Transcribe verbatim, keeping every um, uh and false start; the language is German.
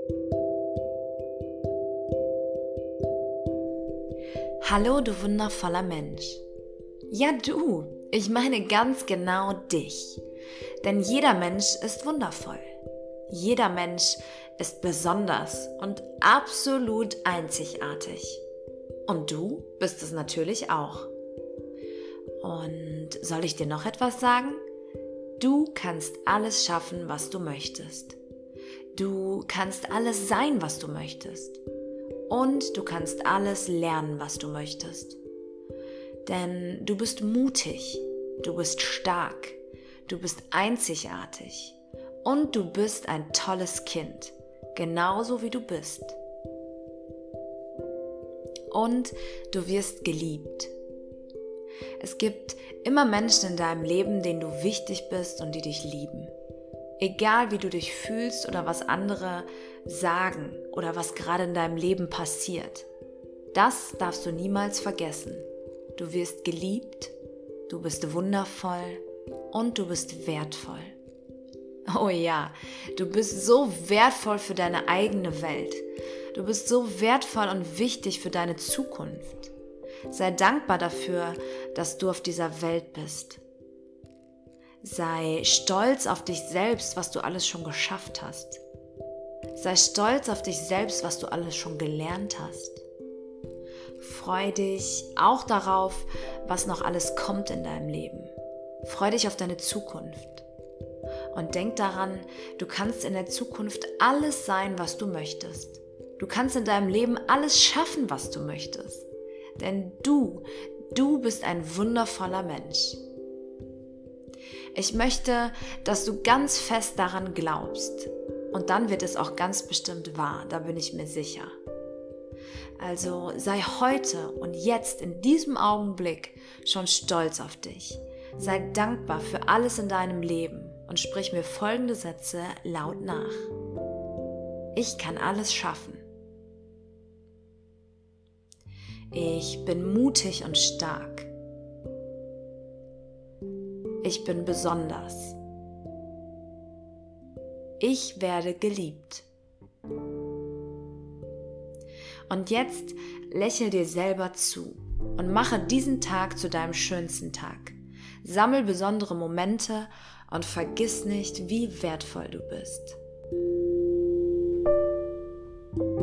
Hallo, du wundervoller Mensch. Ja, du, ich meine ganz genau dich. Denn jeder Mensch ist wundervoll. Jeder Mensch ist besonders und absolut einzigartig. Und du bist es natürlich auch. Und soll ich dir noch etwas sagen? Du kannst alles schaffen, was du möchtest. Du kannst alles sein, was du möchtest. Und du kannst alles lernen, was du möchtest. Denn du bist mutig, du bist stark, du bist einzigartig und du bist ein tolles Kind, genauso wie du bist. Und du wirst geliebt. Es gibt immer Menschen in deinem Leben, denen du wichtig bist und die dich lieben. Egal wie du dich fühlst oder was andere sagen oder was gerade in deinem Leben passiert. Das darfst du niemals vergessen. Du wirst geliebt, du bist wundervoll und du bist wertvoll. Oh ja, du bist so wertvoll für deine eigene Welt. Du bist so wertvoll und wichtig für deine Zukunft. Sei dankbar dafür, dass du auf dieser Welt bist. Sei stolz auf dich selbst, was du alles schon geschafft hast. Sei stolz auf dich selbst, was du alles schon gelernt hast. Freu dich auch darauf, was noch alles kommt in deinem Leben. Freu dich auf deine Zukunft. Und denk daran, du kannst in der Zukunft alles sein, was du möchtest. Du kannst in deinem Leben alles schaffen, was du möchtest. Denn du, du bist ein wundervoller Mensch. Ich möchte, dass du ganz fest daran glaubst. Und dann wird es auch ganz bestimmt wahr, da bin ich mir sicher. Also sei heute und jetzt in diesem Augenblick schon stolz auf dich. Sei dankbar für alles in deinem Leben und sprich mir folgende Sätze laut nach. Ich kann alles schaffen. Ich bin mutig und stark. Ich bin besonders. Ich werde geliebt. Und jetzt lächel dir selber zu und mache diesen Tag zu deinem schönsten Tag. Sammel besondere Momente und vergiss nicht, wie wertvoll du bist.